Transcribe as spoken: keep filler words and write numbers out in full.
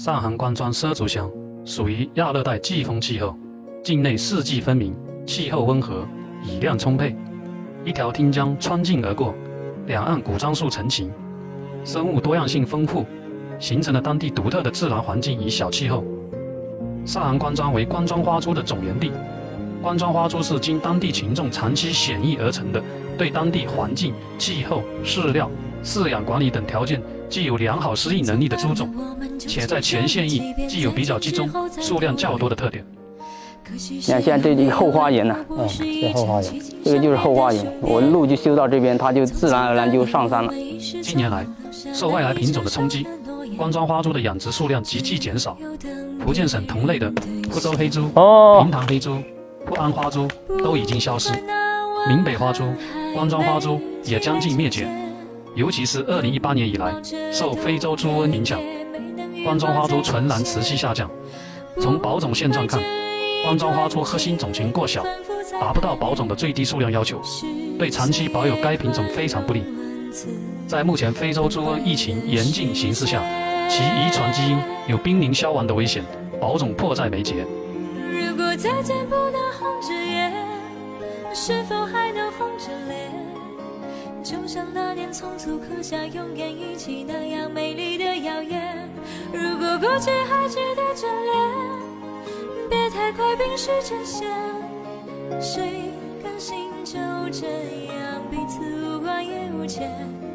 上杭关庄畲族乡属于亚热带季风气候，境内四季分明，气候温和，雨量充沛。一条汀江穿境而过，两岸古樟树成群，生物多样性丰富，形成了当地独特的自然环境与小气候。上杭关庄为关庄花猪的种源地，关庄花猪是经当地群众长期选育而成的，对当地环境、气候、饲料、饲养管理等条件具有良好适应能力的猪种，且在全县域具有比较集中、数量较多的特点。 你看，现在这个后花园呢、啊， 嗯，这后花园， 这个就是后花园。我路就修到这边，它就自然而然就上山了。 近年来，受外来品种的冲击，关庄花猪的养殖数量急剧减少。福建省同类的福州黑猪、 哦， 平塘黑猪、富安花猪都已经消失，闽北花猪、关庄花猪也将近灭绝。尤其是二零一八年以来，受非洲猪瘟影响，关庄花猪存栏持续下降。从保种现状看，关庄花猪核心种群过小，达不到保种的最低数量要求，对长期保有该品种非常不利。在目前非洲猪瘟疫情严峻形势下，其遗传基因有濒临消亡的危险，保种迫在眉睫。 如果再见不能红着眼，是否还能红着脸？就像那年匆促刻下勇敢一起那样美丽的谣言。如果过去还值得眷恋，别太快冰释前嫌。谁甘心就这样彼此无关也无牵？